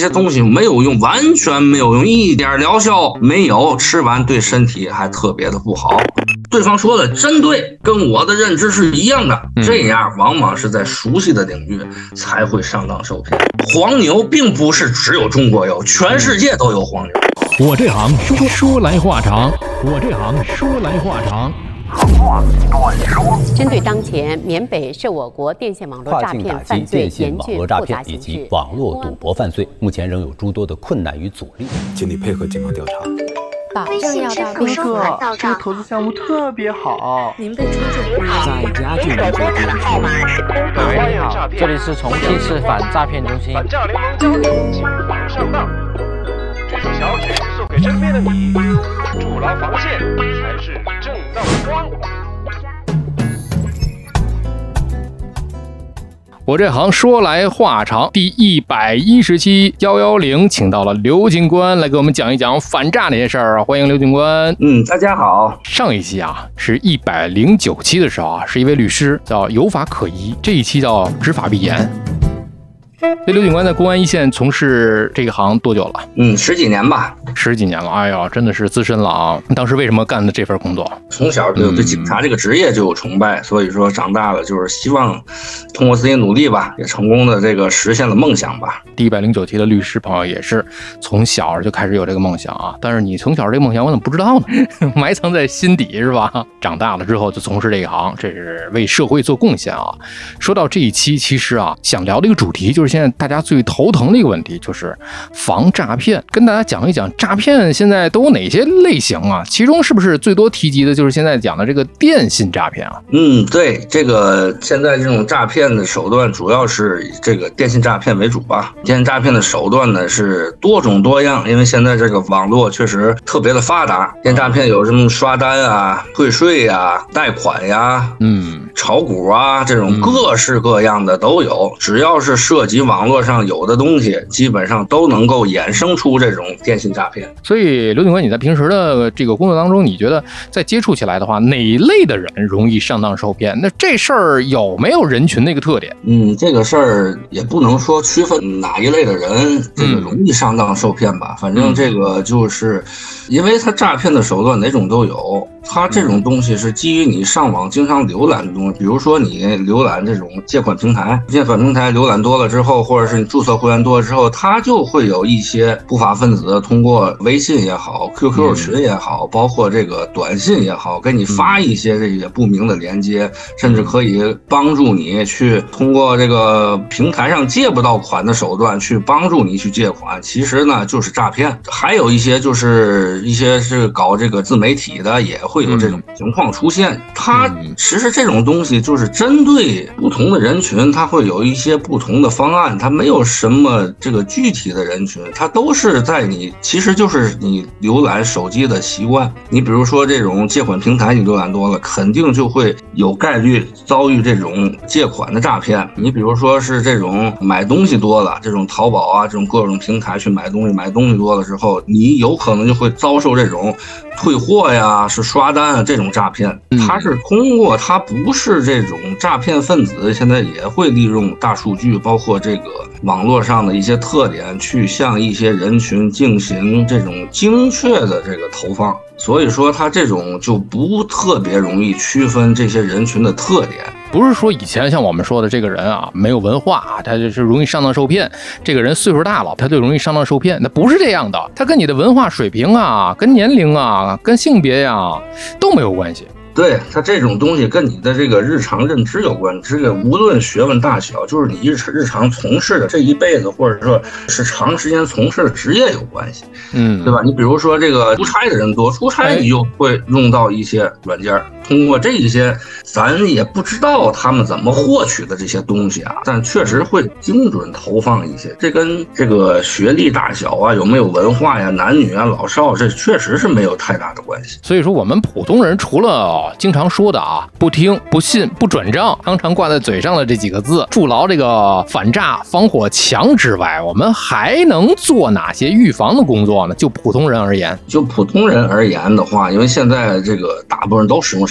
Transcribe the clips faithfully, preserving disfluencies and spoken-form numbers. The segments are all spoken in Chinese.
些东西没有用，完全没有用，一点疗效没有，吃完对身体还特别的不好。对方说的真对，跟我的认知是一样的，这样往往是在熟悉的领域才会上当受骗。黄牛并不是只有中国有，全世界都有黄牛。 我这行说说来话长，我这行说来话长。 针对当前缅北是我国电线网络诈骗犯罪严峻复杂以及网络赌博犯罪，目前仍有诸多的困难与阻力， 请你配合警方调查。 保证要到哥哥，这个投资项目特别好， 您被出售在家就能做定好。喂，你好，这里是重庆市反诈骗中心。 反诈联盟教你警防上当，这首小曲送给身边的你，筑牢防线才是正道光。 我这行说来话长，第一百一十期幺幺零，请到了刘警官来给我们讲一讲反诈那些事儿。欢迎刘警官。 嗯，大家好。 上一期啊是一百零九期的时候啊，是一位律师叫有法可依，这一期叫执法必严。这刘警官在公安一线从事这个行多久了？ 嗯，十几年吧。 十几年了，哎呀，真的是资深了啊！当时为什么干的这份工作？ 从小就对警察这个职业就有崇拜，嗯、所以说长大了就是希望通过自己努力吧，也成功的这个实现了梦想吧。 第一百零九期的律师朋友也是从小就开始有这个梦想啊，但是你从小这个梦想我怎么不知道呢？埋藏在心底是吧？长大了之后就从事这一行，这是为社会做贡献啊。说到这一期，其实啊，想聊的一个主题就是现在大家最头疼的一个问题，就是防诈骗。跟大家讲一讲诈骗现在都有哪些类型啊？其中是不是最多提及的就是现在讲的这个电信诈骗啊？ 嗯，对，这个现在这种诈骗的手段主要是以这个电信诈骗为主吧。电信诈骗的手段呢是多种多样，因为现在这个网络确实特别的发达。电信诈骗有什么刷单啊、退税啊、贷款呀、嗯、炒股啊，这种各式各样的都有。只要是涉及网络上有的东西，基本上都能够衍生出这种电信诈骗。 所以刘警官，你在平时的这个工作当中，你觉得在接触起来的话，哪一类的人容易上当受骗？那这事儿有没有人群的一个特点？ 嗯，这个事儿也不能说区分哪一类的人这个容易上当受骗吧，嗯、反正这个就是因为他诈骗的手段哪种都有。它这种东西是基于你上网经常浏览的东西，比如说你浏览这种借款平台，借款平台浏览多了之后，或者是你注册会员多了之后，它就会有一些不法分子通过微信也好 Q Q 群也好，包括这个短信也好，给你发一些这些不明的连接，甚至可以帮助你去通过这个平台上借不到款的手段去帮助你去借款，其实呢就是诈骗。还有一些就是一些是搞这个自媒体的也会有这种情况出现，它其实这种东西就是针对不同的人群，它会有一些不同的方案，它没有什么这个具体的人群，它都是在你其实就是你浏览手机的习惯。你比如说这种借款平台你浏览多了，肯定就会有概率遭遇这种借款的诈骗。你比如说是这种买东西多了，这种淘宝啊这种各种平台去买东西买东西多了之后，你有可能就会遭受这种退货呀是刷单啊这种诈骗。它是通过它不是这种诈骗分子现在也会利用大数据包括这个网络上的一些特点去向一些人群进行这种精确的这个投放，所以说它这种就不特别容易区分这些人群的特点。 不是说以前像我们说的这个人啊没有文化啊，他就是容易上当受骗，这个人岁数大了他就容易上当受骗，那不是这样的，他跟你的文化水平啊跟年龄啊跟性别呀、啊、都没有关系。 对，它这种东西跟你的这个日常认知有关，这个无论学问大小，就是你日日常从事的这一辈子，或者说是长时间从事的职业有关系，嗯，对吧？你比如说这个出差的人多，出差你就会用到一些软件，通过这一些咱也不知道他们怎么获取的这些东西啊，但确实会精准投放一些。这跟这个学历大小啊，有没有文化呀、男女啊、老少，这确实是没有太大的关系。 所以说我们普通人除了经常说的啊，不听、不信、不转账，常常挂在嘴上的这几个字，筑牢这个反诈防火墙之外，我们还能做哪些预防的工作呢？就普通人而言， 就普通人而言的话，因为现在这个大部分人都使用手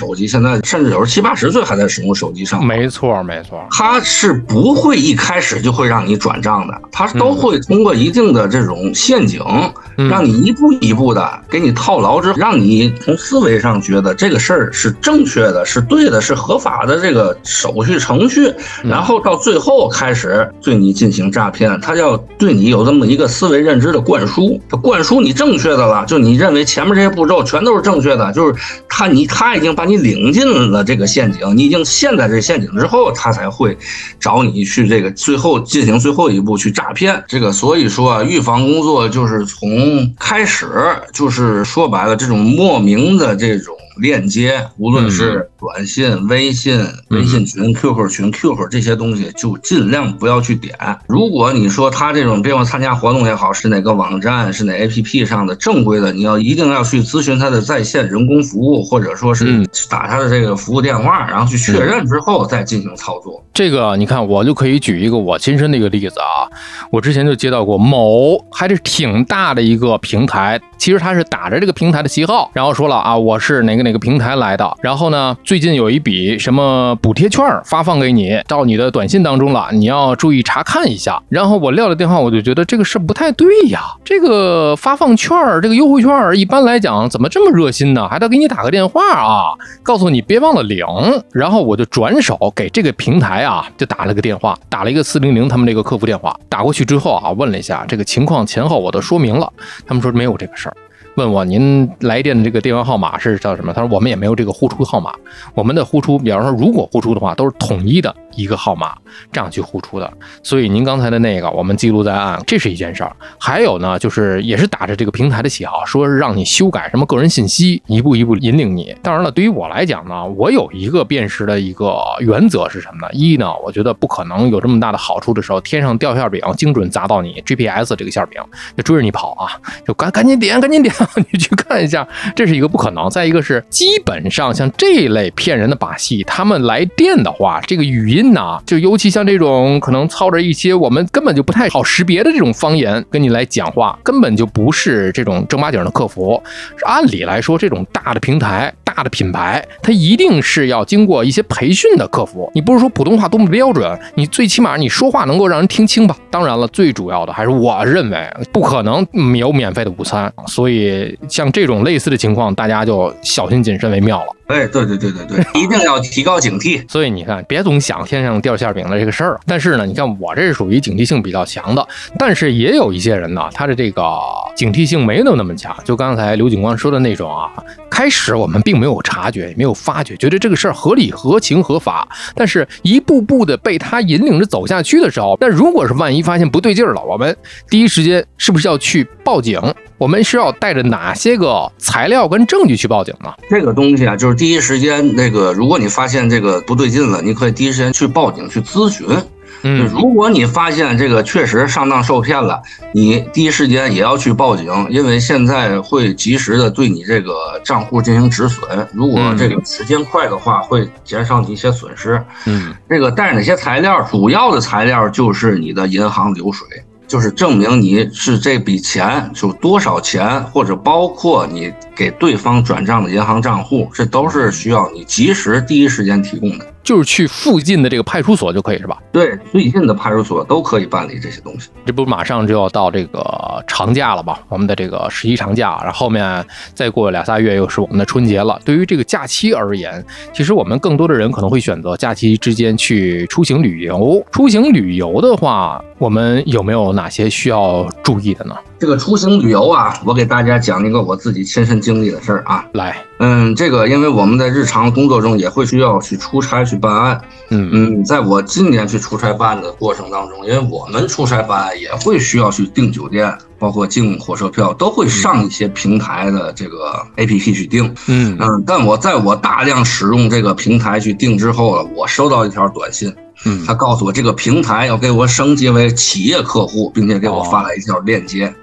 手机，现在甚至有时七八十岁还在使用手机上网。 没错，没错， 他是不会一开始就会让你转账的，他都会通过一定的这种陷阱， 嗯、 让你一步一步的给你套牢之后，让你从思维上觉得这个事儿是正确的，是对的，是合法的这个手续程序，然后到最后开始对你进行诈骗。他要对你有这么一个思维认知的灌输，他灌输你正确的了，就你认为前面这些步骤全都是正确的，就是他你他已经把你领进了这个陷阱，你已经陷在这陷阱之后，他才会找你去这个最后进行最后一步去诈骗。这个所以说啊，预防工作就是从开始就是说白了，这种莫名的这种链接，无论是短信、微信、微信群、Q Q 群、Q Q 这些东西，就尽量不要去点。如果你说他这种别管参加活动也好，是哪个网站，是哪 A P P 上的正规的，你要一定要去咨询他的在线人工服务，或者说是打他的这个服务电话，然后去确认之后再进行操作。 这个你看，我就可以举一个我亲身的一个例子啊，我之前就接到过某还是挺大的一个平台，其实他是打着这个平台的旗号，然后说了啊，我是哪个哪个平台来的，然后呢，最近有一笔什么补贴券发放给你，到你的短信当中了，你要注意查看一下。然后我撂了电话，我就觉得这个事不太对呀，这个发放券这个优惠券一般来讲怎么这么热心呢？还得给你打个电话啊，告诉你别忘了领。然后我就转手给这个平台啊，就打了个电话，打了一个四零零他们这个客服电话，打过去之后啊，问了一下这个情况，前后我都说明了，他们说没有这个事儿。问我您来电的这个电话号码是叫什么？他说我们也没有这个呼出号码，我们的呼出，比方说如果呼出的话，都是统一的一个号码这样去呼出的。所以您刚才的那个我们记录在案，这是一件事儿。还有呢，就是也是打着这个平台的旗号，说是让你修改什么个人信息，一步一步引领你。当然了，对于我来讲呢，我有一个辨识的一个原则是什么呢？一呢，我觉得不可能有这么大的好处的时候，天上掉馅饼，精准砸到你 G P S 这个馅饼，就追着你跑啊，就赶赶紧点，赶紧点。你去看一下，这是一个不可能。再一个是，基本上像这一类骗人的把戏，他们来电的话，这个语音呢，就尤其像这种可能操着一些我们根本就不太好识别的这种方言跟你来讲话，根本就不是这种正八经的客服。按理来说，这种大的平台、大的品牌，它一定是要经过一些培训的客服。你不是说普通话多么标准，你最起码你说话能够让人听清吧？当然了，最主要的还是我认为不可能有免费的午餐，所以像这种类似的情况，大家就小心谨慎为妙了。 哎，对对对对对，一定要提高警惕。 所以你看，别总想天上掉馅饼的这个事儿。但是呢，你看我这是属于警惕性比较强的，但是也有一些人呢，他的这个警惕性没有那么强。就刚才刘警官说的那种啊，开始我们并没有察觉，也没有发觉，觉得这个事儿合理、合情、合法，但是一步步的被他引领着走下去的时候，那如果是万一发现不对劲儿了，我们第一时间是不是要去报警？我们是要带着哪些个材料跟证据去报警呢？ 这个东西啊，就是第一时间那个，如果你发现这个不对劲了，你可以第一时间去报警去咨询。嗯，如果你发现这个确实上当受骗了，你第一时间也要去报警，因为现在会及时的对你这个账户进行止损。如果这个时间快的话，会减少你一些损失。嗯，这个带哪些材料？主要的材料就是你的银行流水。就是证明你是这笔钱就多少钱，或者包括你给对方转账的银行账户，这都是需要你及时第一时间提供的。 就是去附近的这个派出所就可以是吧？ 对，最近的派出所都可以办理这些东西。 这不马上就要到这个长假了吧？我们的这个十一长假，然后后面再过俩仨月又是我们的春节了。对于这个假期而言，其实我们更多的人可能会选择假期之间去出行旅游。出行旅游的话，我们有没有哪些需要注意的呢？ 这个出行旅游啊，我给大家讲一个我自己亲身经历的事儿啊。 来， 嗯，这个因为我们在日常工作中也会需要去出差去办案。嗯嗯，在我今年去出差办的过程当中，因为我们出差办案也会需要去订酒店，包括订火车票，都会上一些平台的这个 A P P 去订。嗯嗯，但我在我大量使用这个平台去订之后了，我收到一条短信。嗯，他告诉我这个平台要给我升级为企业客户，并且给我发来一条链接。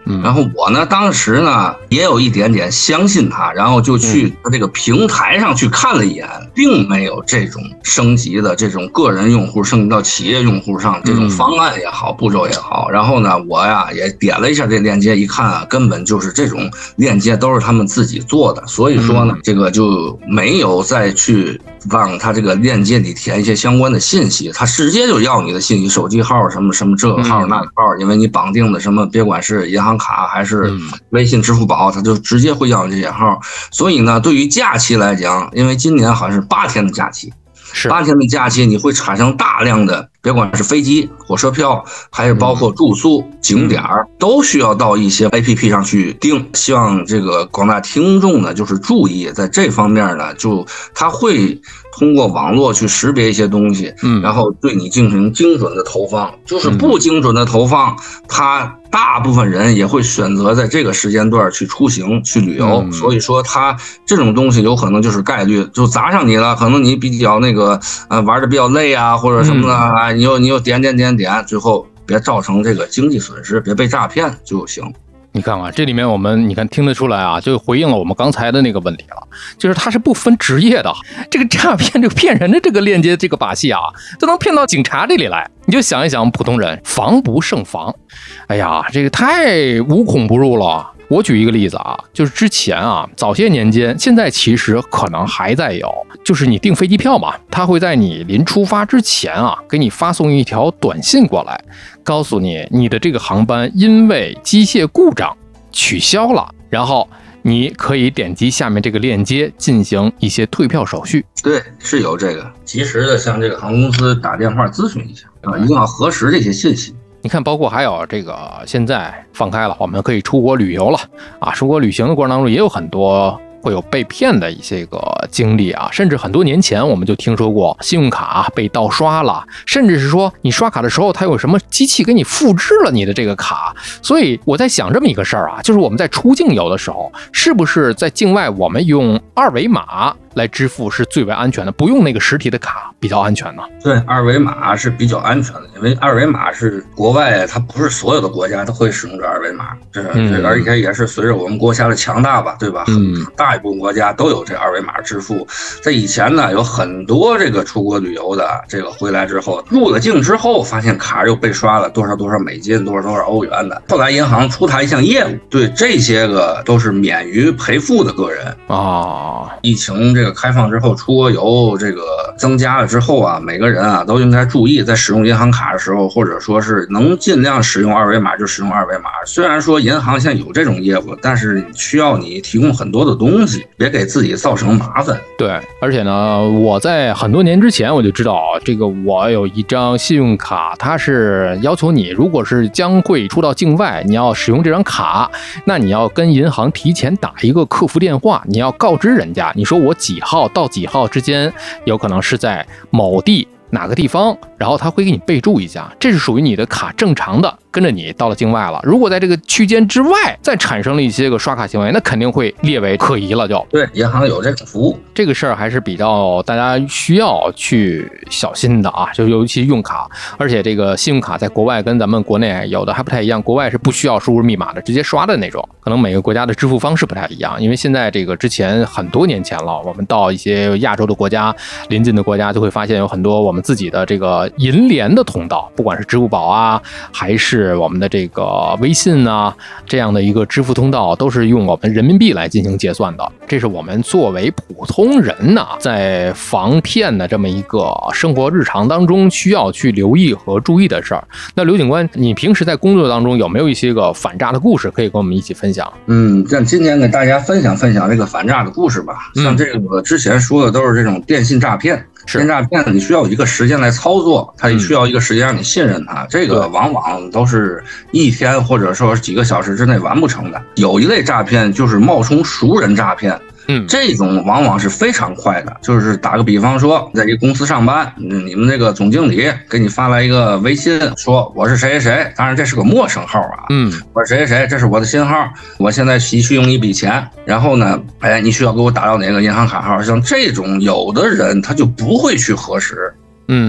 嗯， 然后我呢，当时呢也有一点点相信他，然后就去他这个平台上去看了一眼，并没有这种升级的这种个人用户升级到企业用户上这种方案也好，步骤也好。然后呢，我呀也点了一下这链接，一看啊，根本就是这种链接都是他们自己做的，所以说呢，这个就没有再去往他这个链接里填一些相关的信息，他直接就要你的信息，手机号什么什么这个号那个号，因为你绑定的什么，别管是银行卡还是微信、支付宝，他就直接会要你这些号。所以呢，对于假期来讲，因为今年好像是八天的假期。八天的假期，你会产生大量的，别管是飞机、火车票，还是包括住宿、景点，都需要到一些 A P P 上去订。希望这个广大听众呢，就是注意在这方面呢，就他会通过网络去识别一些东西，嗯，然后对你进行精准的投放。就是不精准的投放，他大部分人也会选择在这个时间段去出行、去旅游。嗯、所以说，他这种东西有可能就是概率就砸上你了，可能你比较那个呃玩的比较累啊，或者什么的啊，嗯、你又你又点点点点，最后别造成这个经济损失，别被诈骗就行。 你看啊，这里面我们你看听得出来啊，就回应了我们刚才的那个问题了，就是它是不分职业的，这个诈骗这个骗人的这个链接这个把戏啊，都能骗到警察这里来。你就想一想，普通人防不胜防，哎呀，这个太无孔不入了。我举一个例子啊，就是之前啊，早些年间，现在其实可能还在有，就是你订飞机票嘛，他会在你临出发之前啊，给你发送一条短信过来，告诉你你的这个航班因为机械故障取消了，然后你可以点击下面这个链接进行一些退票手续。 对，是有这个及时的向这个航空公司打电话咨询一下啊，一定要核实这些信息。 你看，包括还有这个现在放开了，我们可以出国旅游了啊！出国旅行的过程当中，也有很多会有被骗的一些个经历啊，甚至很多年前我们就听说过信用卡被盗刷了，甚至是说你刷卡的时候，它有什么机器给你复制了你的这个卡。所以我在想这么一个事儿啊，就是我们在出境游的时候，是不是在境外我们用二维码来支付是最为安全的，不用那个实体的卡比较安全呢？ 对，二维码是比较安全的，因为二维码是国外它不是所有的国家都会使用这二维码，这这而且也是随着我们国家的强大吧，对吧？很大一部分国家都有这二维码支付。在以前呢，有很多这个出国旅游的，这个回来之后入了境之后，发现卡又被刷了多少多少美金，多少多少欧元的。后来银行出台一项业务，对这些个都是免于赔付的个人啊。 疫情这个开放之后，出国游这个增加了之后啊，每个人啊都应该注意，在使用银行卡的时候，或者说是能尽量使用二维码就使用二维码。虽然说银行现在有这种业务，但是需要你提供很多的东西，别给自己造成麻烦。 对，而且呢，我在很多年之前我就知道，这个我有一张信用卡，它是要求你，如果是将会出到境外，你要使用这张卡，那你要跟银行提前打一个客服电话，你要告知人家，你说我几号到几号之间有可能是在某地哪个地方，然后他会给你备注一下，这是属于你的卡正常的跟着你到了境外了。如果在这个区间之外再产生了一些个刷卡行为，那肯定会列为可疑了就。 对，银行有这种服务， 这个事儿还是比较大家需要去小心的啊，就尤其用卡，而且这个信用卡在国外跟咱们国内有的还不太一样，国外是不需要输入密码的，直接刷的那种。可能每个国家的支付方式不太一样，因为现在这个之前很多年前了，我们到一些亚洲的国家、邻近的国家，就会发现有很多我们自己的这个银联的通道，不管是支付宝啊，还是我们的这个微信啊，这样的一个支付通道，都是用我们人民币来进行结算的。这是我们作为普通人呢，在防骗的这么一个生活日常当中需要去留意和注意的事儿。那刘警官，你平时在工作当中有没有一些个反诈的故事可以跟我们一起分享？ 嗯，像今天给大家分享分享这个反诈的故事吧。像这个我之前说的都是这种电信诈骗。电诈骗你需要有一个时间来操作，它也需要一个时间让你信任它，这个往往都是一天或者说几个小时之内完不成的。有一类诈骗就是冒充熟人诈骗，嗯，这种往往是非常快的。就是打个比方说，在一个公司上班，你们这个总经理给你发来一个微信，说我是谁谁谁，当然这是个陌生号啊，嗯，我是谁谁谁，这是我的新号，我现在急需用一笔钱，然后呢，哎，你需要给我打到哪个银行卡号？像这种有的人他就不会去核实， 嗯。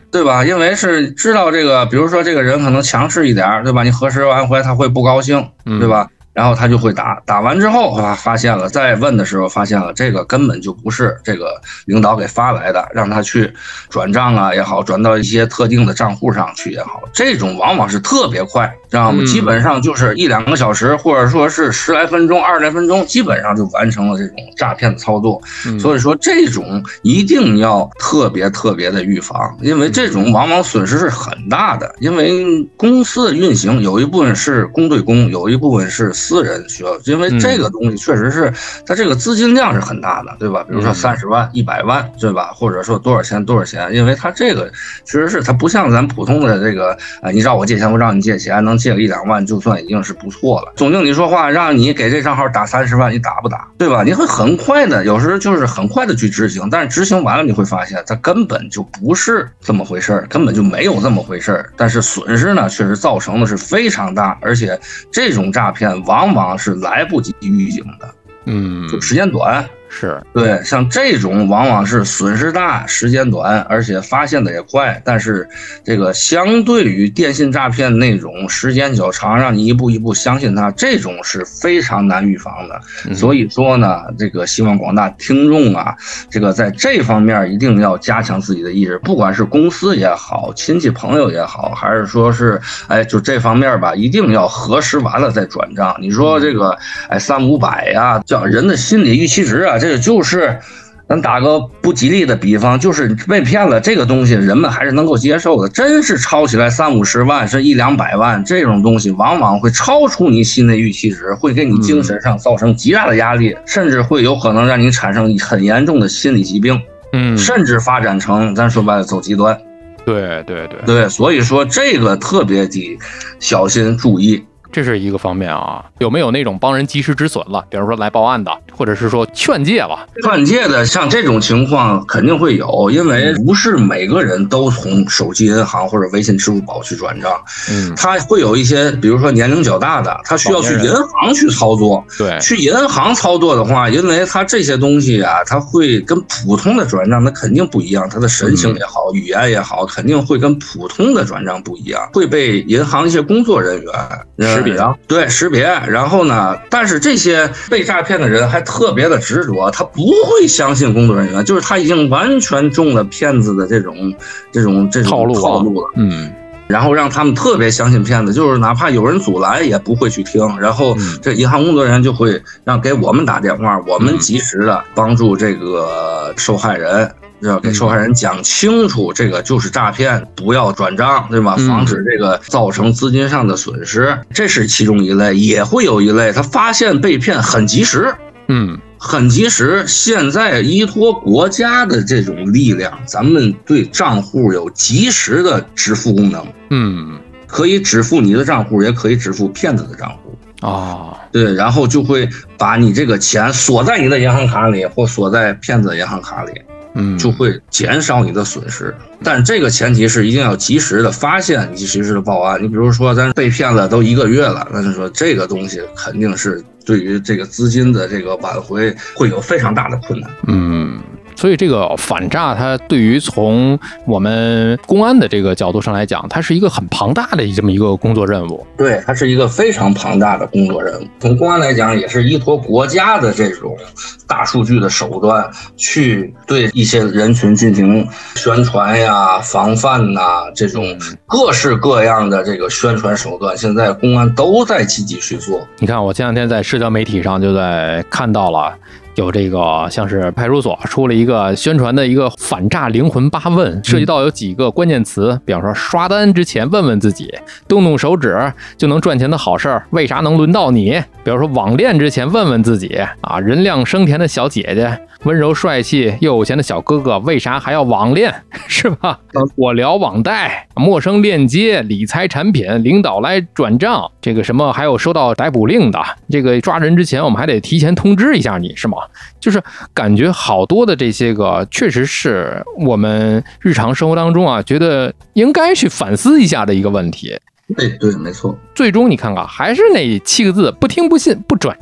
对吧？因为是知道这个，比如说这个人可能强势一点，对吧？你核实完回来他会不高兴，对吧？然后他就会打，打完之后啊，发现了，再问的时候发现了，这个根本就不是这个领导给发来的，让他去转账啊也好，转到一些特定的账户上去也好，这种往往是特别快，知道吗？基本上就是一两个小时，或者说是十来分钟、二十来分钟，基本上就完成了这种诈骗的操作。所以说，这种一定要特别特别的预防，因为这种往往损失是很大的。因为公司的运行有一部分是公对公，有一部分是私人需要，因为这个东西确实是它这个资金量是很大的，对吧？比如说三十万、一百万，对吧？或者说多少钱多少钱，因为它这个确实是它不像咱普通的这个啊，你让我借钱，我让你借钱，能借个一两万就算已经是不错了。总经理说话让你给这账号打三十万，你打不打？对吧？你会很快的，有时候就是很快的去执行，但是执行完了你会发现它根本就不是这么回事儿，根本就没有这么回事儿。但是损失呢，确实造成的是非常大，而且这种诈骗往往是来不及预警的，嗯，就时间短。 是对，像这种往往是损失大、时间短，而且发现的也快。但是这个相对于电信诈骗那种时间较长，让你一步一步相信它，这种是非常难预防的。嗯、所以说呢，这个希望广大听众啊，这个在这方面一定要加强自己的意识，不管是公司也好，亲戚朋友也好，还是说是哎，就这方面吧，一定要核实完了再转账。你说这个哎三五百呀，叫人的心理预期值啊。这个就是咱打个不吉利的比方，就是被骗了，这个东西人们还是能够接受的。真是超起来三五十万是一两百万，这种东西往往会超出你心理预期值，会给你精神上造成极大的压力，甚至会有可能让你产生很严重的心理疾病，嗯，甚至发展成咱说白了走极端。 对对对对，所以说这个特别得小心注意。 这是一个方面啊，有没有那种帮人及时止损了，比如说来报案的，或者是说劝诫了？ 劝诫的，像这种情况肯定会有，因为不是每个人都从手机银行或者微信支付宝去转账，嗯，他会有一些，比如说年龄较大的，他需要去银行去操作。 对， 去银行操作的话，因为他这些东西啊，他会跟普通的转账那肯定不一样，他的神情也好，语言也好，肯定会跟普通的转账不一样，会被银行一些工作人员识别， 对，识别。然后呢，但是这些被诈骗的人还特别的执着，他不会相信工作人员，就是他已经完全中了骗子的这种这种这种套路套路了， 嗯。 然后让他们特别相信骗子，就是哪怕有人阻拦也不会去听。然后这银行工作人员就会让给我们打电话，我们及时的帮助这个受害人。要给受害人讲清楚，这个就是诈骗，不要转账，对吧？防止这个造成资金上的损失，这是其中一类。也会有一类，他发现被骗很及时， 嗯， 很及时。现在依托国家的这种力量，咱们对账户有及时的支付功能， 嗯， 可以支付你的账户，也可以支付骗子的账户。 哦， 对，然后就会把你这个钱锁在你的银行卡里，或锁在骗子的银行卡里。 嗯， 就会减少你的损失，但这个前提是一定要及时的发现，及时的报案。你比如说，咱被骗了都一个月了，那就说这个东西肯定是对于这个资金的这个挽回会有非常大的困难。 嗯。所以这个反诈，它对于从我们公安的这个角度上来讲，它是一个很庞大的这么一个工作任务。 对，它是一个非常庞大的工作任务。从公安来讲，也是依托国家的这种大数据的手段，去对一些人群进行宣传呀、防范呐，这种各式各样的这个宣传手段，现在公安都在积极去做。 你看，我前两天在社交媒体上就在看到了。有这个像是派出所出了一个宣传的一个反诈灵魂八问，涉及到有几个关键词，比方说刷单之前问问自己，动动手指就能赚钱的好事儿，为啥能轮到你？比方说网恋之前问问自己啊，人靓声甜的小姐姐，温柔帅气又有钱的小哥哥，为啥还要网恋？是吧？我聊网贷、陌生链接、理财产品、领导来转账，这个什么还有收到逮捕令的，这个抓人之前我们还得提前通知一下你，是吗？就是感觉好多的这些个确实是我们日常生活当中啊，觉得应该去反思一下的一个问题。 对对，没错。 最终你看看，还是那七个字：不听不信不转账。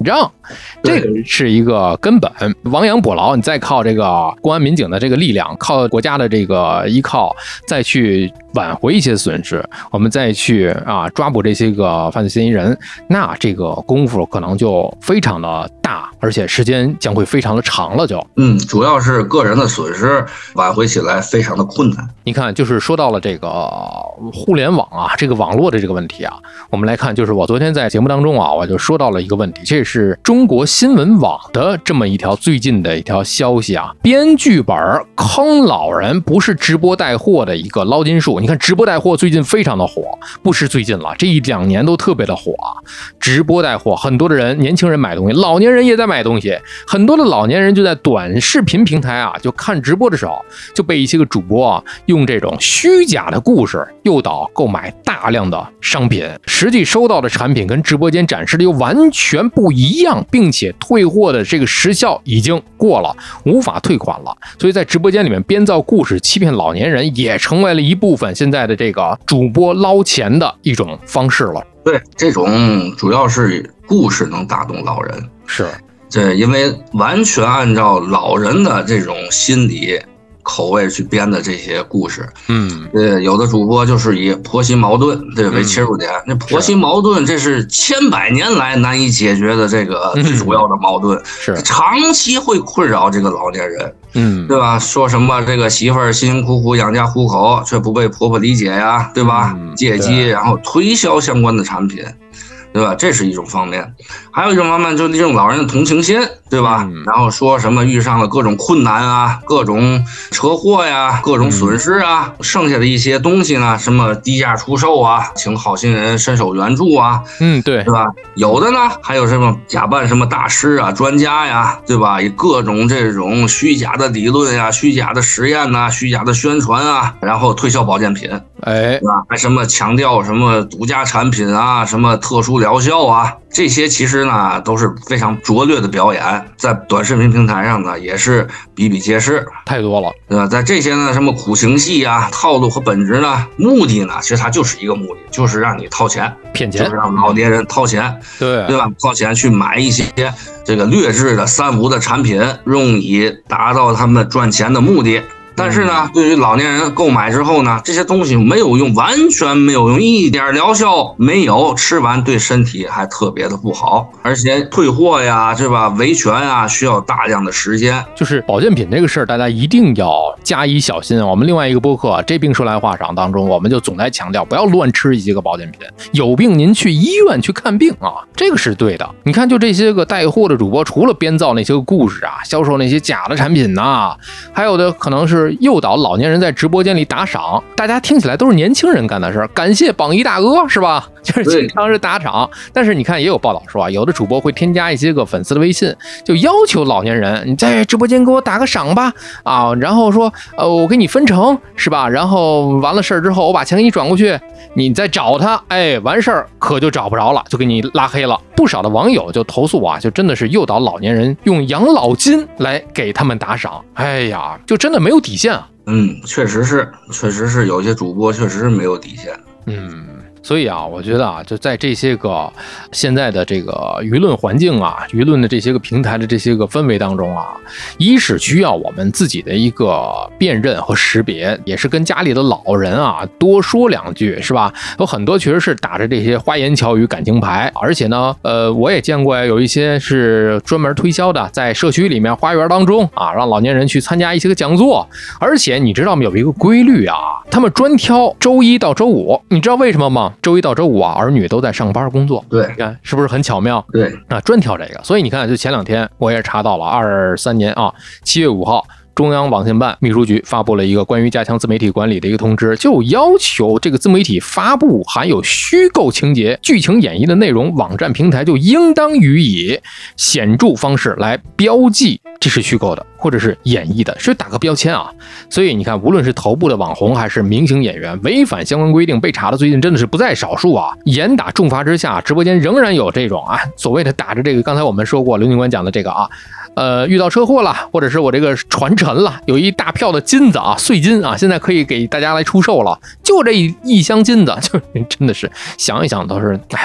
这个是一个根本。亡羊补牢，你再靠这个公安民警的这个力量，靠国家的这个依靠，再去挽回一些损失，我们再去啊抓捕这些个犯罪嫌疑人，那这个功夫可能就非常的大，而且时间将会非常的长了就。 嗯，主要是个人的损失挽回起来非常的困难。 你看，就是说到了这个互联网啊，这个网络的这个问题啊，我们来看，就是我昨天在节目当中啊，我就说到了一个问题，这是中国新闻网的这么一条最近的一条消息啊，编剧本坑老人不是直播带货的一个捞金术。你看直播带货最近非常的火，不是最近了，这一两年都特别的火啊。直播带货，很多的人，年轻人买东西，老年人也在买东西，很多的老年人就在短视频平台啊，就看直播的时候，就被一些个主播啊用这种虚假的故事诱导购买大量的商品，实际收到的产品跟直播间展示的又完全不一样，并且退货的这个时效已经过了，无法退款了。所以在直播间里面编造故事欺骗老年人，也成为了一部分现在的这个主播捞钱的一种方式了。 对，这种主要是故事能打动老人， 是这因为完全按照老人的这种心理口味去编的这些故事。 嗯， 呃，有的主播就是以婆媳矛盾对为切入点，那、嗯、婆媳矛盾这是千百年来难以解决的这个最主要的矛盾， 嗯、是长期会困扰这个老年人。 嗯， 对吧？说什么这个媳妇儿辛辛苦苦养家糊口，却不被婆婆理解呀，对吧？嗯、借机然后推销相关的产品。对吧？这是一种方面，还有一种方面就是这种老人的同情心，对吧？嗯、然后说什么遇上了各种困难啊，各种车祸呀，各种损失啊，嗯、剩下的一些东西呢，什么低价出售啊，请好心人伸手援助啊， 嗯，对， 对吧？有的呢，还有什么假扮什么大师啊、专家呀，对吧？以各种这种虚假的理论呀、虚假的实验呐、虚假的宣传啊，然后推销保健品， 哎， 对吧？还什么强调什么独家产品啊，什么特殊疗效啊，这些其实呢都是非常拙劣的表演，在短视频平台上呢也是比比皆是， 太多了， 对吧？在这些呢什么苦情戏啊、套路和本质呢，目的呢其实它就是一个目的，就是让你掏钱， 骗钱， 就是让老年人掏钱， 对对吧？掏钱去买一些这个劣质的三无的产品，用以达到他们赚钱的目的。但是呢，对于老年人购买之后呢，这些东西没有用，完全没有用，一点疗效没有，吃完对身体还特别的不好，而且退货呀，对吧？维权啊，需要大量的时间。 就是保健品这个事儿，大家一定要加以小心。我们另外一个播客《这病说来话长》当中，我们就总在强调，不要乱吃一些个保健品，有病您去医院去看病啊，这个是对的。你看，就这些个带货的主播，除了编造那些个故事啊，销售那些假的产品呐、啊，还有的可能是诱导老年人在直播间里打赏，大家听起来都是年轻人干的事儿，感谢榜一大哥是吧？就是经常是打赏。但是你看也有报道说啊，有的主播会添加一些个粉丝的微信，就要求老年人你在直播间给我打个赏吧啊，然后说呃我给你分成是吧？然后完了事儿之后我把钱给你转过去，你再找他，哎，完事儿可就找不着了，就给你拉黑了。不少的网友就投诉啊，就真的是诱导老年人用养老金来给他们打赏，哎呀，就真的没有底线啊。 嗯，确实是，确实是有些主播确实是没有底线。 嗯。所以啊，我觉得啊，就在这些个现在的这个舆论环境啊，舆论的这些个平台的这些个氛围当中啊，一是需要我们自己的一个辨认和识别，也是跟家里的老人啊多说两句，是吧？有很多确实是打着这些花言巧语感情牌，而且呢，呃，我也见过有一些是专门推销的，在社区里面花园当中啊，让老年人去参加一些个讲座，而且你知道吗？有一个规律啊，他们专挑周一到周五，你知道为什么吗？周一到周五啊，儿女都在上班工作， 对， 你看是不是很巧妙？ 对， 啊，专挑这个。所以你看，就前两天我也查到了，二三年啊，七月五号。中央网信办秘书局发布了一个关于加强自媒体管理的一个通知，就要求这个自媒体发布含有虚构情节、剧情演绎的内容，网站平台就应当予以显著方式来标记这是虚构的或者是演绎的，是打个标签啊。所以你看，无论是头部的网红还是明星演员，违反相关规定被查的最近真的是不在少数啊。严打重罚之下，直播间仍然有这种啊所谓的打着这个刚才我们说过刘警官讲的这个啊。呃，遇到车祸了，或者是我这个船沉了，有一大票的金子啊，碎金啊，现在可以给大家来出售了，就这一一箱金子，就真的是想一想都是，哎，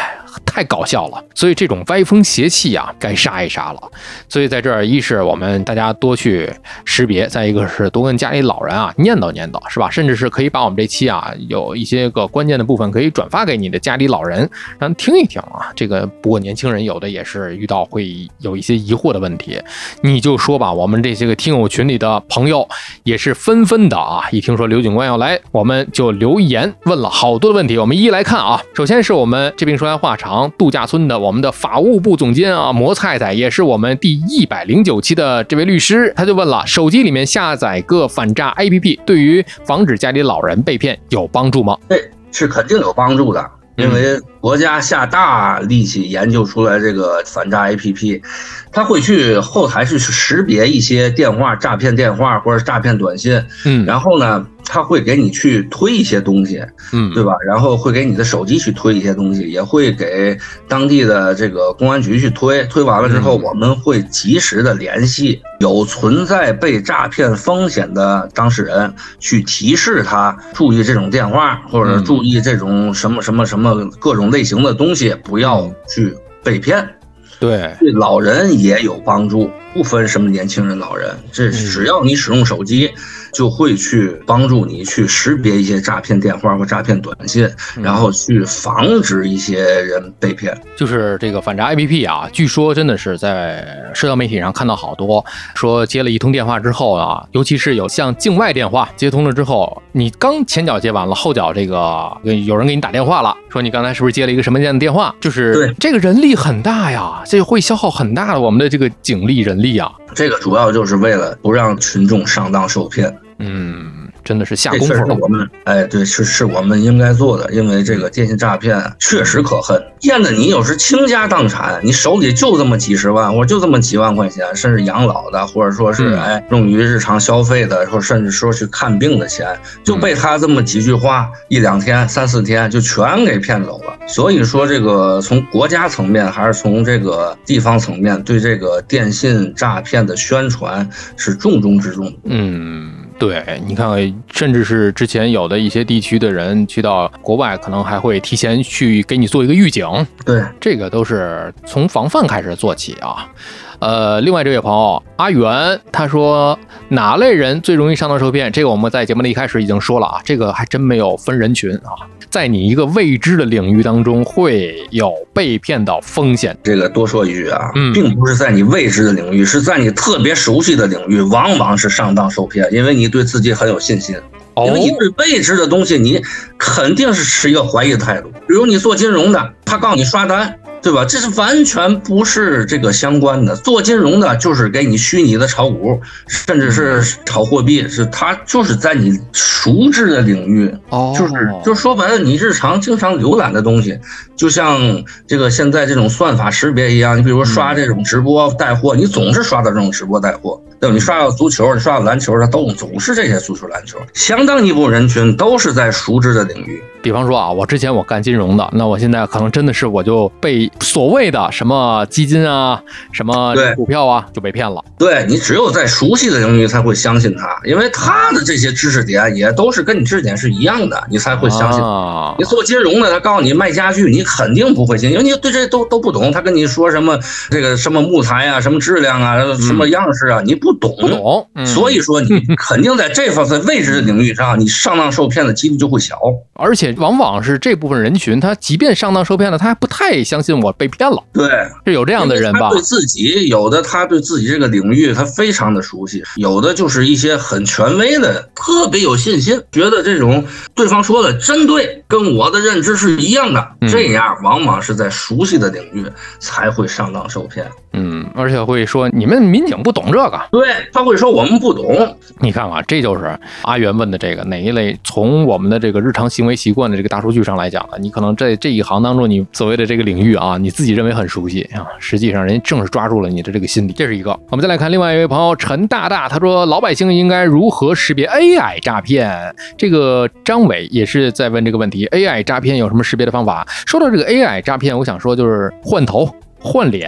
太搞笑了。所以这种歪风邪气啊，该杀一杀了。所以在这儿，一是我们大家多去识别，再一个是多跟家里老人啊念叨念叨，是吧？甚至是可以把我们这期啊有一些个关键的部分可以转发给你的家里老人，让他听一听啊。这个不过年轻人有的也是遇到会有一些疑惑的问题，你就说吧，我们这些个听友群里的朋友也是纷纷的啊，一听说刘警官要来，我们就留言问了好多的问题，我们一一来看啊。首先是我们这边说来话长度假村的我们的法务部总监啊，魔菜菜，也是我们第一百零九期的这位律师，他就问了，手机里面下载个反诈 A P P 对于防止家里老人被骗有帮助吗？ 对，是肯定有帮助的，因为国家下大力气研究出来这个反诈 A P P， 它会去后台去识别一些电话诈骗电话或者诈骗短信，嗯，然后呢，它会给你去推一些东西，嗯，对吧？然后会给你的手机去推一些东西，也会给当地的这个公安局去推，推完了之后，我们会及时的联系有存在被诈骗风险的当事人，去提示他注意这种电话，或者注意这种什么什么什么各种类型的东西，不要去被骗。 对， 对老人也有帮助，不分什么年轻人老人，这只要你使用手机，就会去帮助你去识别一些诈骗电话或诈骗短信，然后去防止一些人被骗。 就是这个反诈 A P P 啊，据说真的是在社交媒体上看到好多说接了一通电话之后啊，尤其是有像境外电话接通了之后，你刚前脚接完了，后脚这个有人给你打电话了，说你刚才是不是接了一个什么样的电话？就是这个人力很大呀，这会消耗很大的我们的这个警力人力啊。 这个主要就是为了不让群众上当受骗。 嗯，真的是下功夫了。 这事是我们，哎，对，是是我们应该做的，因为这个电信诈骗确实可恨，骗的你有时倾家荡产，你手里就这么几十万，或者就这么几万块钱，甚至养老的，或者说是哎用于日常消费的，或甚至说去看病的钱，就被他这么几句话，一两天、三四天就全给骗走了。所以说，这个从国家层面还是从这个地方层面，对这个电信诈骗的宣传是重中之重。 嗯。对，你看，甚至是之前有的一些地区的人去到国外，可能还会提前去给你做一个预警。 对， 这个都是从防范开始做起啊。呃，另外这位朋友阿元他说，哪类人最容易上当受骗？这个我们在节目的一开始已经说了啊，这个还真没有分人群啊，在你一个未知的领域当中会有被骗到风险。 这个多说一句啊，嗯，并不是在你未知的领域，是在你特别熟悉的领域，往往是上当受骗，因为你对自己很有信心。因为你对未知的东西，你肯定是持一个怀疑的态度。比如你做金融的，他告诉你刷单，对吧？这是完全不是这个相关的。做金融的就是给你虚拟的炒股，甚至是炒货币，是它就是在你熟知的领域，哦，就是就说白了，你日常经常浏览的东西，就像这个现在这种算法识别一样。你比如说刷这种直播带货，你总是刷到这种直播带货，对吧？你刷到足球，你刷到篮球，它都总是这些足球篮球，相当一部分人群都是在熟知的领域。 比方说啊，我之前我干金融的，那我现在可能真的是我就被所谓的什么基金啊、什么股票啊就被骗了。 对，你只有在熟悉的领域才会相信他，因为他的这些知识点也都是跟你知识点是一样的，你才会相信。啊、你做金融的，他告诉你卖家具，你肯定不会信，因为你对这都都不懂。他跟你说什么这个什么木材啊、什么质量啊、什么样式啊，嗯、你不懂， 不懂。嗯、 所以说你肯定在这方面未知的领域上，你上当受骗的几率就会小， 而且。往往是这部分人群，他即便上当受骗了，他还不太相信我被骗了。 对， 是有这样的人吧？ 他对自己有的，他对自己这个领域他非常的熟悉；有的就是一些很权威的，特别有信心，觉得这种对方说的真对，跟我的认知是一样的。嗯、这样往往是在熟悉的领域才会上当受骗。 嗯，而且会说你们民警不懂这个。 对，他会说我们不懂。 你看啊，这就是阿元问的这个哪一类？从我们的这个日常行为习惯的这个大数据上来讲呢，你可能在这一行当中，你所谓的这个领域啊，你自己认为很熟悉啊，实际上人家正是抓住了你的这个心理，这是一个。我们再来看另外一位朋友陈大大，他说老百姓应该如何识别 A I 诈骗？这个张伟也是在问这个问题 ，A I 诈骗有什么识别的方法？说到这个 A I 诈骗，我想说就是换头、换脸。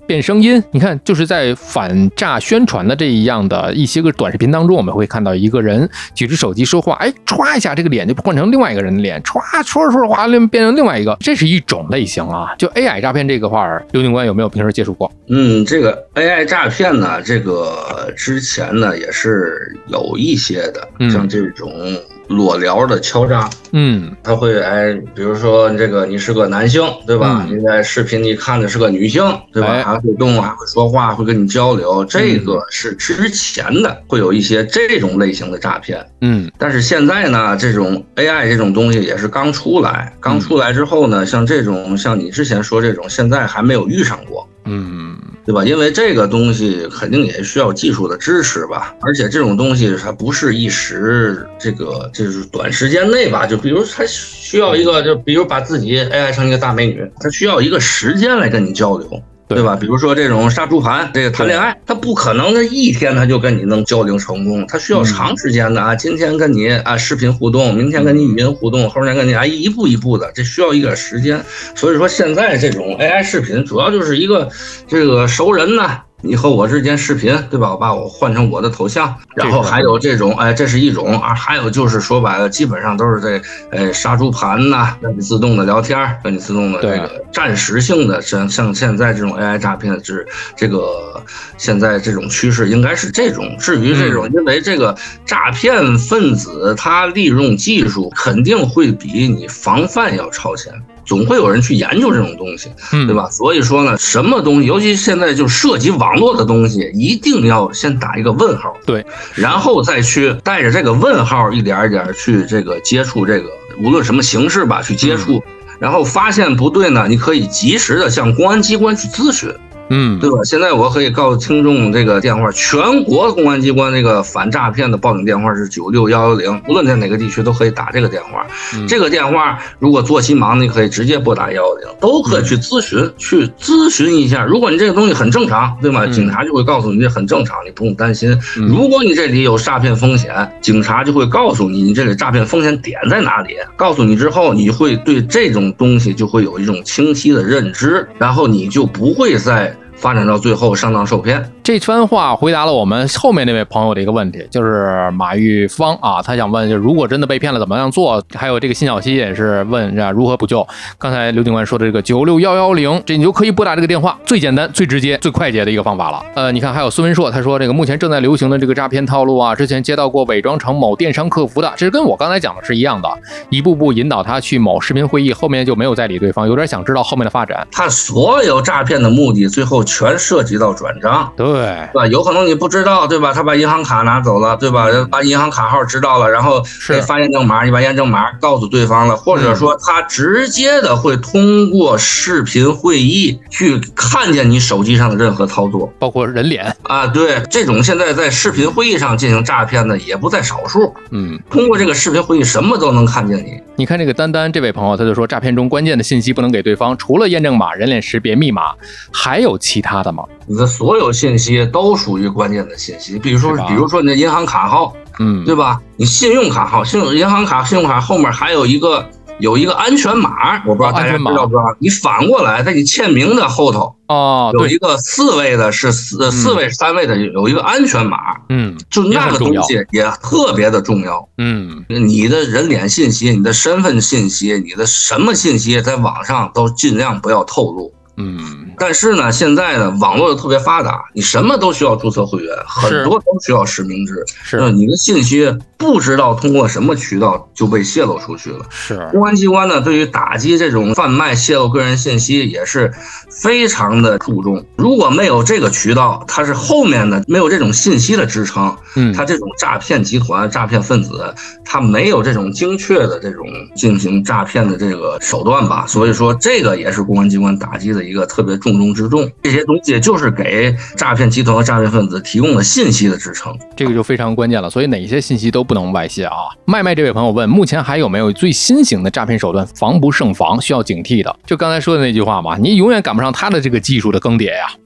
变声音。你看，就是在反诈宣传的这一样的一些个短视频当中，我们会看到一个人举着手机说话，哎，歘一下这个脸就换成另外一个人的脸，歘说着说着话变成另外一个，这是一种类型啊。就 A I 诈骗这个话，刘警官有没有平时接触过？ 嗯，这个 A I 诈骗呢，这个之前呢也是有一些的， 嗯、 像这种裸聊的敲诈， 嗯， 他会哎，比如说这个你是个男性，对吧？嗯、你在视频里看的是个女性，对吧？哎、还会动，还会说话，会跟你交流，这个是之前的会有一些这种类型的诈骗， 嗯， 但是现在呢，这种 A I 这种东西也是刚出来，刚出来之后呢，像这种像你之前说这种，现在还没有遇上过。 嗯， 对吧？因为这个东西肯定也需要技术的支持吧，而且这种东西它不是一时这个就是短时间内吧，就比如它需要一个，就比如把自己 A I 成一个大美女，它需要一个时间来跟你交流。对吧？比如说这种杀猪盘，这个谈恋爱，他不可能他一天他就跟你能交流成功，他需要长时间的啊。今天跟你啊视频互动，明天跟你语音互动，后天跟你啊一步一步的，这需要一个时间。所以说现在这种 A I 视频主要就是一个这个熟人呢。你和我之间视频，对吧？我把我换成我的头像，然后还有这种，哎，这是一种啊，还有就是说白了，基本上都是这，哎，杀猪盘呐，跟你自动的聊天，跟你自动的这个暂时性的，像像现在这种 A I 诈骗的是这个现在这种趋势应该是这种。至于这种，因为这个诈骗分子他利用技术肯定会比你防范要超前。总会有人去研究这种东西，对吧？所以说呢，什么东西，尤其现在就涉及网络的东西，一定要先打一个问号， 对， 然后再去带着这个问号一点一点去这个接触这个，无论什么形式吧，去接触，然后发现不对呢，你可以及时的向公安机关去咨询。 嗯， 对吧？现在我可以告诉听众，这个电话，全国公安机关这个反诈骗的报警电话是九六幺幺零，无论在哪个地区都可以打这个电话。嗯、这个电话如果做起忙，你可以直接拨打幺幺零，都可以去咨询，嗯、去咨询一下。如果你这个东西很正常，对吗？警察就会告诉你这很正常，你不用担心。嗯、如果你这里有诈骗风险，警察就会告诉你你这里诈骗风险点在哪里，告诉你之后，你会对这种东西就会有一种清晰的认知，然后你就不会再发展到最后上当受骗。 这番话回答了我们后面那位朋友的一个问题，就是马玉芳啊，他想问，就如果真的被骗了怎么样做？还有这个辛小溪也是问啊如何补救。刚才刘警官说的这个九六幺幺零，这你就可以拨打这个电话，最简单、最直接、最快捷的一个方法了。呃，你看还有孙文硕，他说这个目前正在流行的这个诈骗套路啊，之前接到过伪装成某电商客服的，这是跟我刚才讲的是一样的，一步步引导他去某视频会议，后面就没有再理对方，有点想知道后面的发展。 他所有诈骗的目的，最后全涉及到转账， 对对吧？有可能你不知道，对吧？他把银行卡拿走了，对吧？把银行卡号知道了，然后发验证码，你把验证码告诉对方了，或者说他直接的会通过视频会议去看见你手机上的任何操作， 包括人脸啊。对，这种现在在视频会议上进行诈骗的也不在少数。 嗯， 通过这个视频会议，什么都能看见你。 你看这个丹丹这位朋友，他就说诈骗中关键的信息不能给对方，除了验证码、人脸识别、密码，还有其他的吗？ 你的所有信息都属于关键的信息，比如说，比如说你的银行卡号， 嗯， 对吧？你信用卡号，信用银行卡、信用卡后面还有一个有一个安全码，我不知道大家知道不知道？你反过来，在你签名的后头哦， 有一个四位的是四四位三位的有一个安全码， 嗯， 就那个东西也特别的重要， 嗯， 你的人脸信息、你的身份信息、你的什么信息，在网上都尽量不要透露。 嗯， 但是呢，现在呢，网络又特别发达，你什么都需要注册会员，很多都需要实名制。 是， 你的信息不知道通过什么渠道就被泄露出去了。 是， 公安机关呢，对于打击这种贩卖、泄露个人信息也是非常的注重。如果没有这个渠道，它是后面的没有这种信息的支撑， 嗯， 它这种诈骗集团、诈骗分子，它没有这种精确的这种进行诈骗的这个手段吧。所以说，这个也是公安机关打击的一个特别重中之重，这些东西就是给诈骗集团和诈骗分子提供了信息的支撑， 这个就非常关键了。所以哪些信息都不能外泄啊。麦麦这位朋友问，目前还有没有最新型的诈骗手段防不胜防，需要警惕的？就刚才说的那句话嘛，你永远赶不上他的这个技术的更迭呀。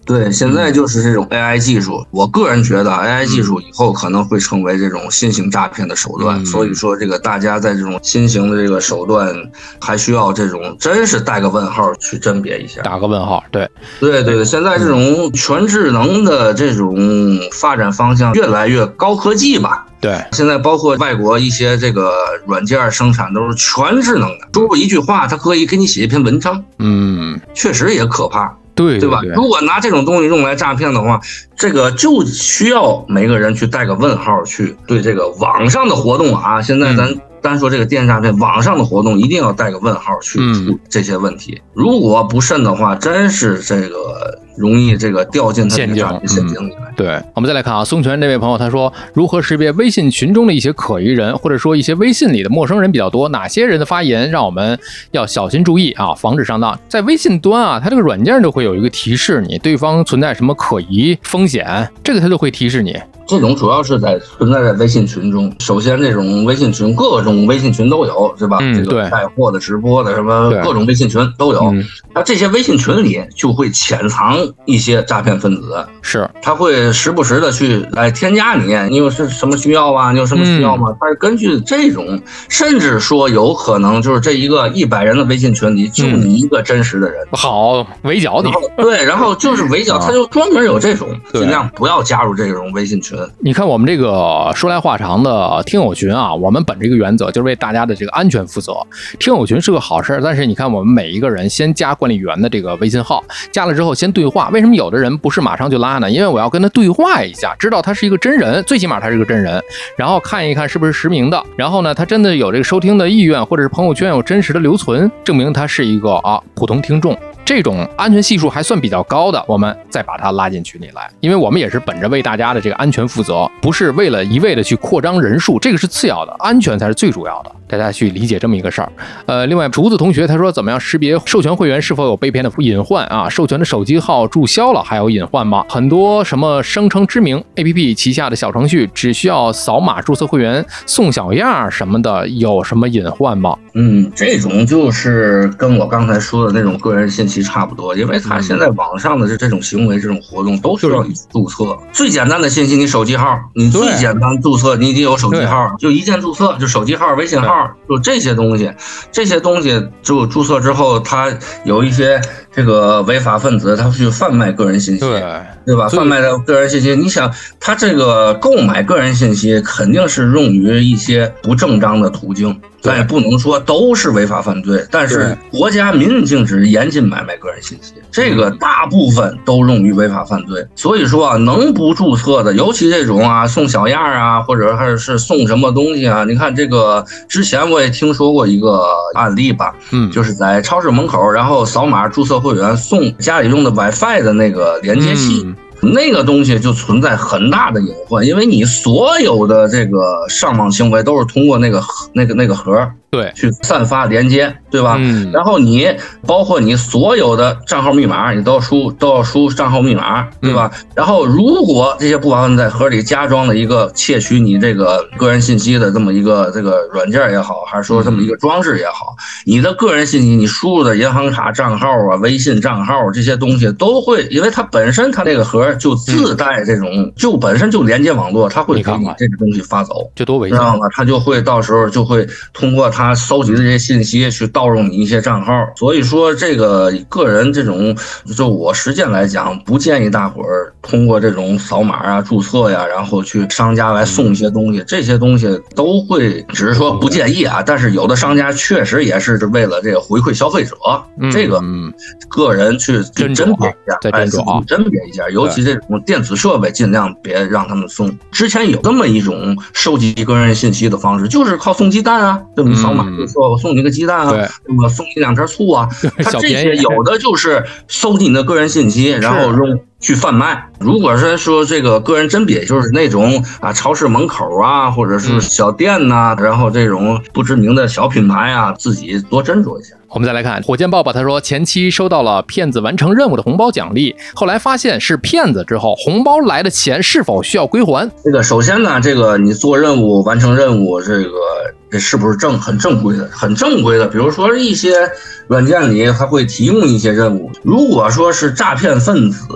对，现在就是这种 A I 技术，我个人觉得 A I 技术以后可能会成为这种新型诈骗的手段，嗯、所以说这个大家在这种新型的这个手段，还需要这种真是带个问号去甄别一下， 打个问号，对， 对对对，现在这种全智能的这种发展方向越来越高科技吧。 对， 现在包括外国一些这个软件生产都是全智能的，输入一句话，它可以给你写一篇文章， 嗯， 确实也可怕。 对对吧？如果拿这种东西用来诈骗的话，这个就需要每个人去带个问号，去对这个网上的活动啊。现在咱单说这个电信诈骗，网上的活动一定要带个问号去出这些问题。如果不慎的话，真是这个容易这个掉进他这个诈骗陷阱里来。 对，我们再来看啊，宋权这位朋友他说，如何识别微信群中的一些可疑人，或者说一些微信里的陌生人比较多，哪些人的发言让我们要小心注意啊，防止上当。在微信端啊，它这个软件就会有一个提示你对方存在什么可疑风险，这个它就会提示你。 这种主要是在存在在微信群中。首先，这种微信群各种微信群都有，是吧？ 嗯， 这个带货的、直播的，什么各种微信群都有。那、嗯、这些微信群里就会潜藏一些诈骗分子， 是他会时不时的去来添加你，你有是什么需要啊？你有什么需要吗？他、嗯、是根据这种，甚至说有可能就是这一个一百人的微信群里，就你一个真实的人， 嗯、好围剿你。 对，然后就是围剿，他就专门有这种，尽量不要加入这种微信群。 你看我们这个说来话长的听友群啊，我们本着一个原则，就是为大家的这个安全负责。听友群是个好事，但是你看我们每一个人先加管理员的这个微信号，加了之后先对话。为什么有的人不是马上就拉呢？因为我要跟他对话一下，知道他是一个真人，最起码他是个真人，然后看一看是不是实名的，然后呢他真的有这个收听的意愿，或者是朋友圈有真实的留存，证明他是一个啊普通听众。这种安全系数还算比较高的，我们再把它拉进群里来，因为我们也是本着为大家的这个安全负责，不是为了一味的去扩张人数，这个是次要的，安全才是最主要的，大家去理解这么一个事儿。呃，另外竹子同学他说，怎么样识别授权会员是否有被骗的隐患啊？授权的手机号注销了还有隐患吗？很多什么声称知名 A P P 旗下的小程序只需要扫码注册会员送小样什么的，有什么隐患吗？ 嗯，这种就是跟我刚才说的那种个人信息差不多，因为他现在网上的这这种行为、这种活动都需要你注册。最简单的信息，你手机号，你最简单注册，你已经有手机号，就一键注册，就手机号、微信号，就这些东西。这些东西就注册之后，他有一些这个违法分子，他去贩卖个人信息，对对吧？贩卖的个人信息，你想，他这个购买个人信息肯定是用于一些不正当的途径。咱也不能说都是违法犯罪，但是国家明令禁止严禁买卖个人信息，这个大部分都用于违法犯罪。所以说啊，能不注册的，尤其这种啊送小样啊，或者还是送什么东西啊，你看这个之前我也听说过一个案例吧，嗯，就是在超市门口，然后扫码注册会员送家里用的 WiFi 的那个连接器。嗯，那个东西就存在很大的隐患，因为你所有的这个上网行为都是通过那个那个那个盒对去散发连接，对吧？嗯，然后你包括你所有的账号密码，你都要输都要输账号密码，对吧？嗯，然后如果这些不法分子在盒里加装了一个窃取你这个个人信息的这么一个这个软件也好，还是说这么一个装置也好，你的个人信息你输入的银行卡账号啊、微信账号这些东西都会，因为它本身它这个盒就自带这种、嗯、就本身就连接网络，它会给你这个东西发走， 这多危险， 知道吗？它就会到时候就会通过它收集的这些信息去盗用你一些账号。所以说这个个人这种，就我实践来讲，不建议大伙儿通过这种扫码啊、注册呀，然后去商家来送一些东西，这些东西都会，只是说不建议啊。但是有的商家确实也是为了这个回馈消费者，嗯、这个个人去去甄别一下，哎，自己甄别一下，尤其这种电子设备尽量别让他们送。之前有这么一种收集个人信息的方式，就是靠送鸡蛋啊，对吧？你扫码就说我送你个鸡蛋啊，对吧？送你两瓶醋啊，它这些有的就是收集你的个人信息，然后用去贩卖。如果是说这个个人甄别，就是那种啊超市门口啊，或者是小店呐、啊，然后这种不知名的小品牌啊，自己多斟酌一下。 我们再来看火箭爸爸，他说前期收到了骗子完成任务的红包奖励，后来发现是骗子之后，红包来的钱是否需要归还？ 这个首先呢，这个你做任务完成任务，这个这是不是正很正规的？很正规的，比如说一些软件里它会提供一些任务，如果说是诈骗分子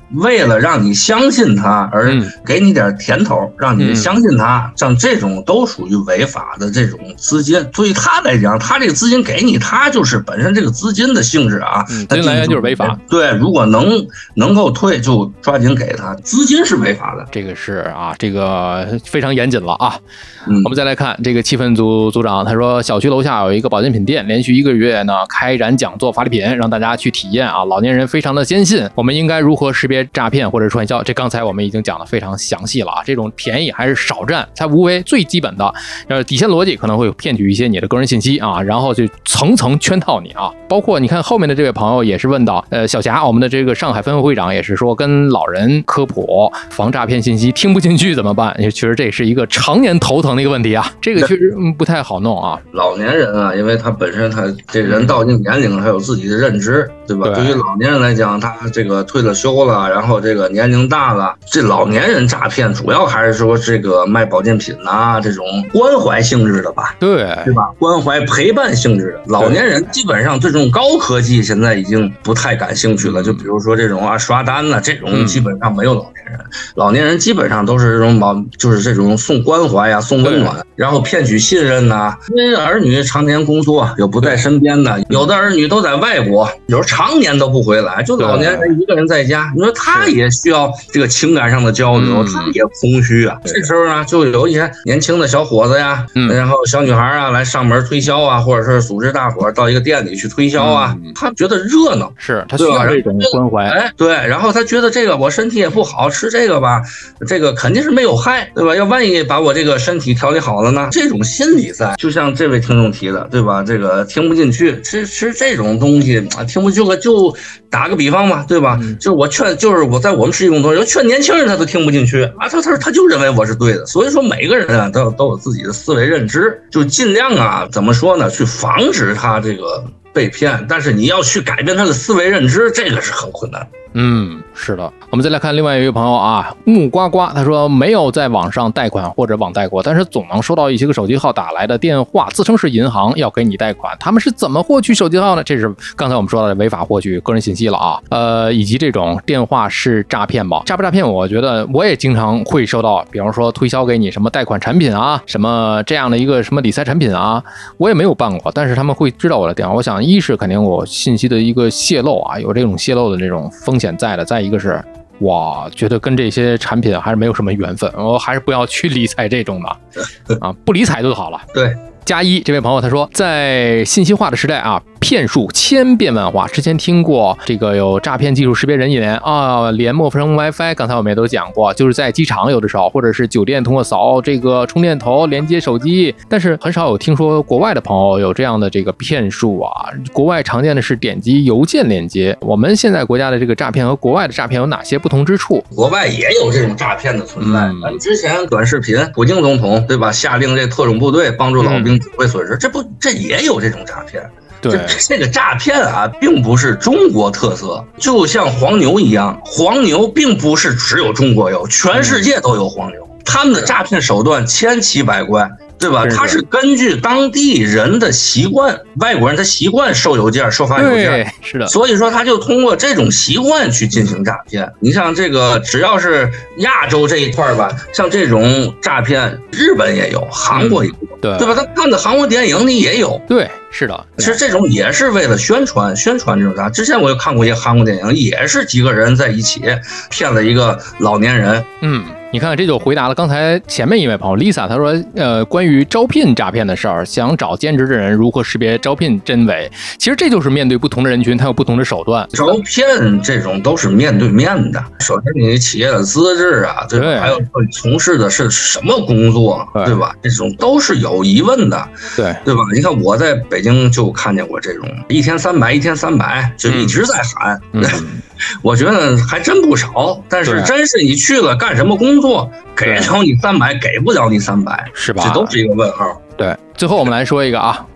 为了让你相信他而给你点甜头，让你相信他，像这种都属于违法的这种资金。对于他来讲，他这个资金给你，他就是本身这个资金的性质啊， 资金来源就是违法。 对，如果能能够退，就抓紧给他，资金是违法的。 这个是啊，这个非常严谨了啊。 嗯、 我们再来看这个气氛组组长，他说小区楼下有一个保健品店，连续一个月呢开展讲座法律品，让大家去体验啊。老年人非常的坚信，我们应该如何识别诈骗或者传销？这刚才我们已经讲的非常详细了啊。这种便宜还是少占才无为最基本的，呃，底线逻辑可能会骗取一些你的个人信息啊，然后就层层圈套你啊。包括你看后面的这位朋友也是问到，呃，小霞，我们的这个上海分会会长也是说，跟老人科普防诈骗信息听不进去怎么办？其实这是一个常年头疼的一个问题啊，这个确实不太好弄啊。 老年人啊，因为他本身他这人到一定年龄，他有自己的认知，对吧？对, 对于老年人来讲，他这个退了休了，然后这个年龄大了，这老年人诈骗主要还是说这个卖保健品啊，这种关怀性质的吧， 对对吧？关怀陪伴性质的。老年人基本上对这种高科技现在已经不太感兴趣了，就比如说这种啊刷单啊，这种基本上没有老年人。嗯、老年人基本上都是这种老，就是这种送关怀啊，送温暖，然后骗取信任呐、啊。因为儿女常年工作又不在身边的，有的儿女都在外国，有时候常年都不回来，就老年人一个人在家，你说他也需要这个情感上的交流，他也空虚啊。这时候呢，就有一些年轻的小伙子呀，嗯、然后小女孩啊来上门推销啊，或者是组织大伙到一个店里去推销啊，嗯、他觉得热闹， 是他需要这种关怀， 哎，对，然后他觉得这个我身体也不好，吃这个吧，这个肯定是没有害，对吧？要万一把我这个身体调理好了呢？这种心理在，就像这位听众提的，对吧？这个听不进去，其实这种东西啊，听不就就打个比方嘛，对吧？嗯、就是我劝，就是我在我们实际工作中劝年轻人，他都听不进去啊，他他他就认为我是对的。所以说每个人啊都有都有自己的思维认知，就尽量啊怎么说呢，去防止他这个被骗，但是你要去改变他的思维认知，这个是很困难。 嗯，是的。我们再来看另外一位朋友啊，木瓜瓜，他说没有在网上贷款或者网贷过，但是总能收到一些个手机号打来的电话，自称是银行要给你贷款，他们是怎么获取手机号呢？这是刚才我们说到的违法获取个人信息了啊，呃，以及这种电话是诈骗吧？诈不诈骗？我觉得我也经常会收到，比方说推销给你什么贷款产品啊，什么这样的一个什么理财产品啊，我也没有办过，但是他们会知道我的电话。我想，一是肯定我信息的一个泄露啊，有这种泄露的这种风险在的，再一个是我觉得跟这些产品还是没有什么缘分，我还是不要去理睬这种的啊，不理睬就好了。 对。 加一这位朋友他说，在信息化的时代啊，骗术千变万化。之前听过这个有诈骗技术识别人脸啊，连陌生 WiFi， 刚才我们也都讲过，就是在机场有的时候，或者是酒店通过扫这个充电头连接手机，但是很少有听说国外的朋友有这样的这个骗术啊。国外常见的是点击邮件链接。我们现在国家的这个诈骗和国外的诈骗有哪些不同之处？ 国外也有这种诈骗的存在。咱们、嗯、之前短视频，普京总统对吧，下令这特种部队帮助老兵。嗯指挥损失，这不这也有这种诈骗。 对， 这这个诈骗啊，并不是中国特色，就像黄牛一样，黄牛并不是只有中国有，全世界都有黄牛。嗯、他们的诈骗手段千奇百怪，对吧？他是根据当地人的习惯，外国人他习惯收邮件、收发邮件， 是的。 所以说他就通过这种习惯去进行诈骗。你像这个，只要是亚洲这一块吧，像这种诈骗，日本也有，韩国也有。 嗯对对吧？他看的韩国电影里也有， 对，是的。 其实这种也是为了宣传，宣传这种啥。之前我有看过一些韩国电影，也是几个人在一起骗了一个老年人。 嗯。你看，这就回答了刚才前面一位朋友 Lisa， 她说，呃，关于招聘诈骗的事儿，想找兼职的人如何识别招聘真伪？其实这就是面对不同的人群，他有不同的手段。 招聘这种都是面对面的，首先你企业的资质啊，对吧？对，还有从事的是什么工作，对, 对吧？这种都是有疑问的， 对对吧？你看我在北京就看见过这种一天三百，一天三百，就一直在喊。嗯嗯我觉得还真不少，但是真是你去了干什么工作，给了你三百，给不了你三百， 是吧？ 这都是一个问号。 对，最后我们来说一个啊，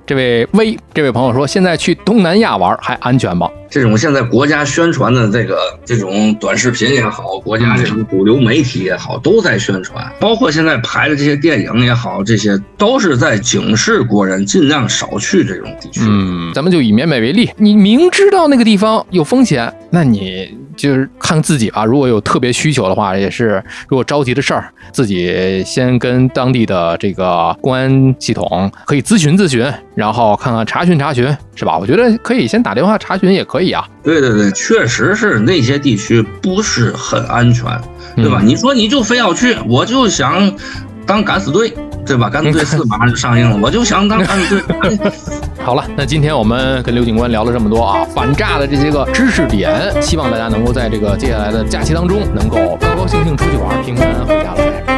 这位威这位朋友说，现在去东南亚玩还安全吗？ 这种现在国家宣传的这个这种短视频也好，国家这种主流媒体也好，都在宣传，包括现在拍的这些电影也好，这些都是在警示国人尽量少去这种地区。 嗯，咱们就以缅北为例，你明知道那个地方有风险，那你就是看自己吧。如果有特别需求的话，也是如果着急的事儿，自己先跟当地的这个公安系统可以咨询咨询，然后看看查询查询，是吧？我觉得可以先打电话查询也可以啊。 对对对，确实是那些地区不是很安全，对吧？嗯、你说你就非要去，我就想当敢死队，对吧？敢死队四马上就上映了，我就想当敢死队。 好了，那今天我们跟刘警官聊了这么多啊，反诈的这些个知识点，希望大家能够在这个接下来的假期当中，能够高高兴兴出去玩，平安回家来。